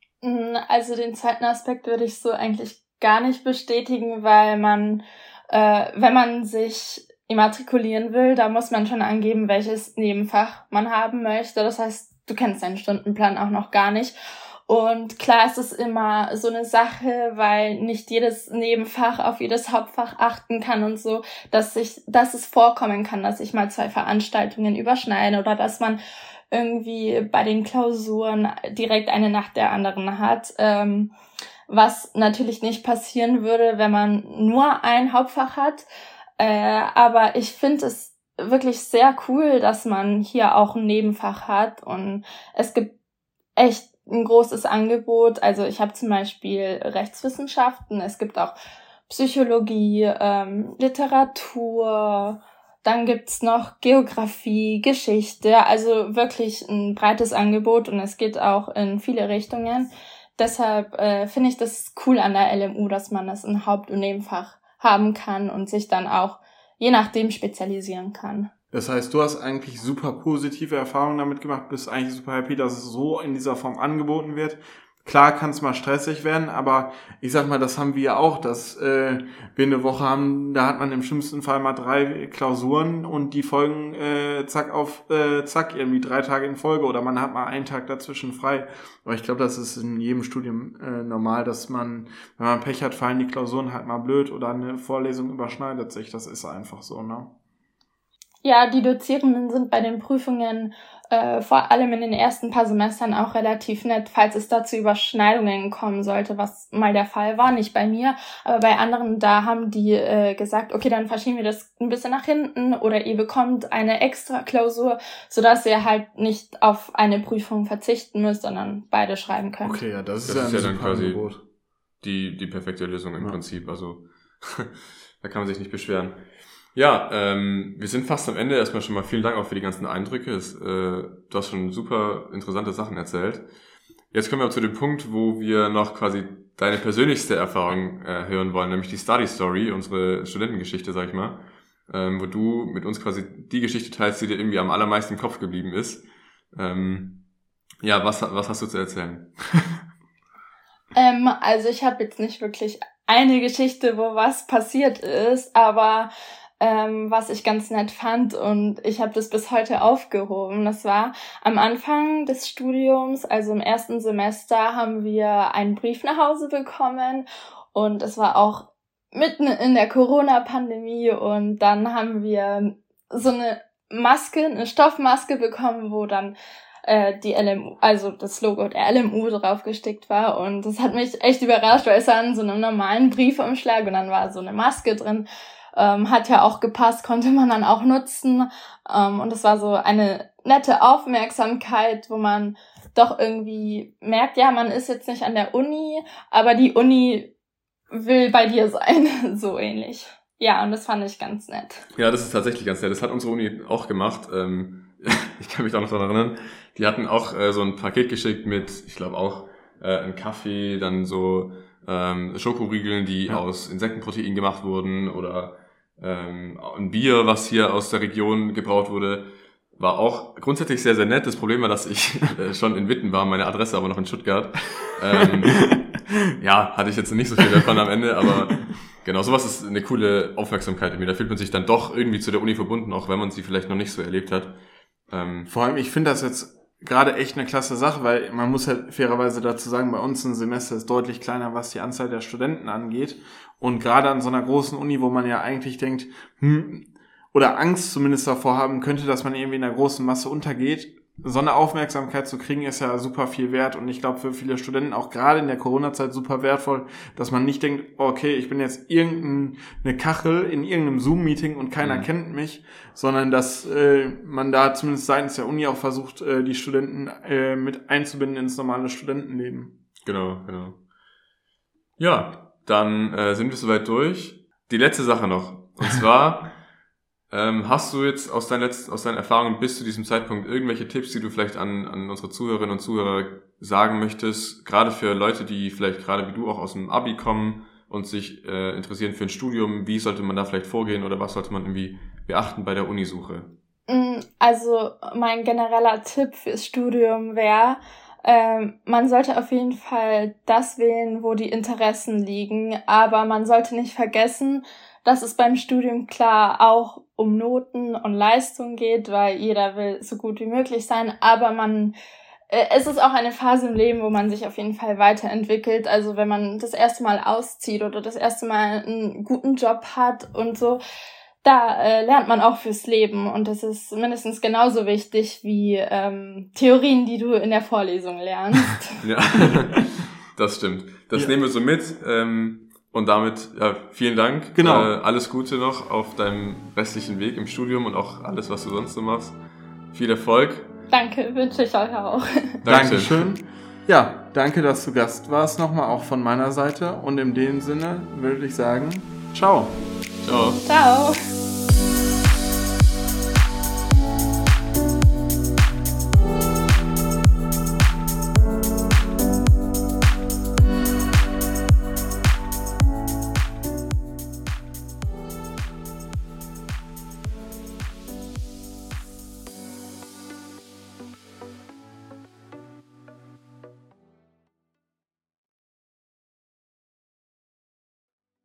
Also den zweiten Aspekt würde ich so eigentlich gar nicht bestätigen, weil man, wenn man sich immatrikulieren will, da muss man schon angeben, welches Nebenfach man haben möchte. Das heißt, du kennst deinen Stundenplan auch noch gar nicht. Und klar ist es immer so eine Sache, weil nicht jedes Nebenfach auf jedes Hauptfach achten kann und so, dass es vorkommen kann, dass sich mal 2 Veranstaltungen überschneiden oder dass man irgendwie bei den Klausuren direkt eine nach der anderen hat, was natürlich nicht passieren würde, wenn man nur ein Hauptfach hat. Aber ich finde es wirklich sehr cool, dass man hier auch ein Nebenfach hat und es gibt echt ein großes Angebot. Also ich habe zum Beispiel Rechtswissenschaften, es gibt auch Psychologie, Literatur, dann gibt's noch Geografie, Geschichte, also wirklich ein breites Angebot und es geht auch in viele Richtungen. Deshalb finde ich das cool an der LMU, dass man das in Haupt- und Nebenfach haben kann und sich dann auch je nachdem spezialisieren kann. Das heißt, du hast eigentlich super positive Erfahrungen damit gemacht, bist eigentlich super happy, dass es so in dieser Form angeboten wird. Klar kann es mal stressig werden, aber ich sag mal, das haben wir ja auch, dass wir eine Woche haben, da hat man im schlimmsten Fall mal 3 Klausuren und die folgen zack auf zack, irgendwie 3 Tage in Folge oder man hat mal einen Tag dazwischen frei. Aber ich glaube, das ist in jedem Studium normal, dass man, wenn man Pech hat, fallen die Klausuren halt mal blöd oder eine Vorlesung überschneidet sich. Das ist einfach so, ne? Ja, die Dozierenden sind bei den Prüfungen vor allem in den ersten paar Semestern auch relativ nett, falls es da zu Überschneidungen kommen sollte, was mal der Fall war, nicht bei mir, aber bei anderen, da haben die gesagt, okay, dann verschieben wir das ein bisschen nach hinten oder ihr bekommt eine extra Klausur, sodass ihr halt nicht auf eine Prüfung verzichten müsst, sondern beide schreiben könnt. Okay, ja, das ist ja dann quasi Angebot. Die perfekte Lösung im Prinzip, also da kann man sich nicht beschweren. Ja, wir sind fast am Ende. Erstmal schon mal vielen Dank auch für die ganzen Eindrücke. Du hast schon super interessante Sachen erzählt. Jetzt kommen wir zu dem Punkt, wo wir noch quasi deine persönlichste Erfahrung hören wollen, nämlich die Study Story, unsere Studentengeschichte, sag ich mal, wo du mit uns quasi die Geschichte teilst, die dir irgendwie am allermeisten im Kopf geblieben ist. Ja, was hast du zu erzählen? Also ich habe jetzt nicht wirklich eine Geschichte, wo was passiert ist, aber was ich ganz nett fand und ich habe das bis heute aufgehoben. Das war am Anfang des Studiums, also im ersten Semester, haben wir einen Brief nach Hause bekommen und es war auch mitten in der Corona-Pandemie und dann haben wir so eine Maske, eine Stoffmaske bekommen, wo dann die LMU, also das Logo der LMU draufgestickt war und das hat mich echt überrascht, weil es war in so einem normalen Briefumschlag und dann war so eine Maske drin. Hat ja auch gepasst, konnte man dann auch nutzen. Und es war so eine nette Aufmerksamkeit, wo man doch irgendwie merkt, ja, man ist jetzt nicht an der Uni, aber die Uni will bei dir sein, so ähnlich. Ja, und das fand ich ganz nett. Ja, das ist tatsächlich ganz nett. Das hat unsere Uni auch gemacht. Ich kann mich auch noch daran erinnern. Die hatten auch so ein Paket geschickt mit, ich glaube auch ein Kaffee, dann so Schokoriegeln, die aus Insektenprotein gemacht wurden oder ein Bier, was hier aus der Region gebraut wurde. War auch grundsätzlich sehr, sehr nett. Das Problem war, dass ich schon in Witten war, meine Adresse aber noch in Stuttgart. Hatte ich jetzt nicht so viel davon am Ende, aber genau, sowas ist eine coole Aufmerksamkeit irgendwie. Da fühlt man sich dann doch irgendwie zu der Uni verbunden, auch wenn man sie vielleicht noch nicht so erlebt hat. Vor allem, ich finde das jetzt gerade echt eine klasse Sache, weil man muss halt fairerweise dazu sagen, bei uns ein Semester ist deutlich kleiner, was die Anzahl der Studenten angeht. Und gerade an so einer großen Uni, wo man ja eigentlich denkt, oder Angst zumindest davor haben könnte, dass man irgendwie in einer großen Masse untergeht, so eine Aufmerksamkeit zu kriegen, ist ja super viel wert. Und ich glaube, für viele Studenten auch gerade in der Corona-Zeit super wertvoll, dass man nicht denkt, okay, ich bin jetzt irgendeine Kachel in irgendeinem Zoom-Meeting und keiner kennt mich, sondern dass man da zumindest seitens der Uni auch versucht, die Studenten mit einzubinden ins normale Studentenleben. Genau. Ja, dann sind wir soweit durch. Die letzte Sache noch. Und zwar hast du jetzt aus deinen Erfahrungen bis zu diesem Zeitpunkt irgendwelche Tipps, die du vielleicht an unsere Zuhörerinnen und Zuhörer sagen möchtest, gerade für Leute, die vielleicht gerade wie du auch aus dem Abi kommen und sich interessieren für ein Studium? Wie sollte man da vielleicht vorgehen oder was sollte man irgendwie beachten bei der Unisuche? Also mein genereller Tipp fürs Studium wäre, man sollte auf jeden Fall das wählen, wo die Interessen liegen, aber man sollte nicht vergessen, dass es beim Studium klar auch um Noten und Leistung geht, weil jeder will so gut wie möglich sein, aber es ist auch eine Phase im Leben, wo man sich auf jeden Fall weiterentwickelt. Also wenn man das erste Mal auszieht oder das erste Mal einen guten Job hat und so, da lernt man auch fürs Leben und das ist mindestens genauso wichtig wie Theorien, die du in der Vorlesung lernst. Ja, das stimmt. Das nehmen wir so mit. Und damit, vielen Dank. Genau. Alles Gute noch auf deinem restlichen Weg im Studium und auch alles, was du sonst so machst. Viel Erfolg. Danke, wünsche ich euch auch. Dankeschön. Ja, danke, dass du Gast warst nochmal, auch von meiner Seite. Und in dem Sinne würde ich sagen, ciao. Ciao. Ciao.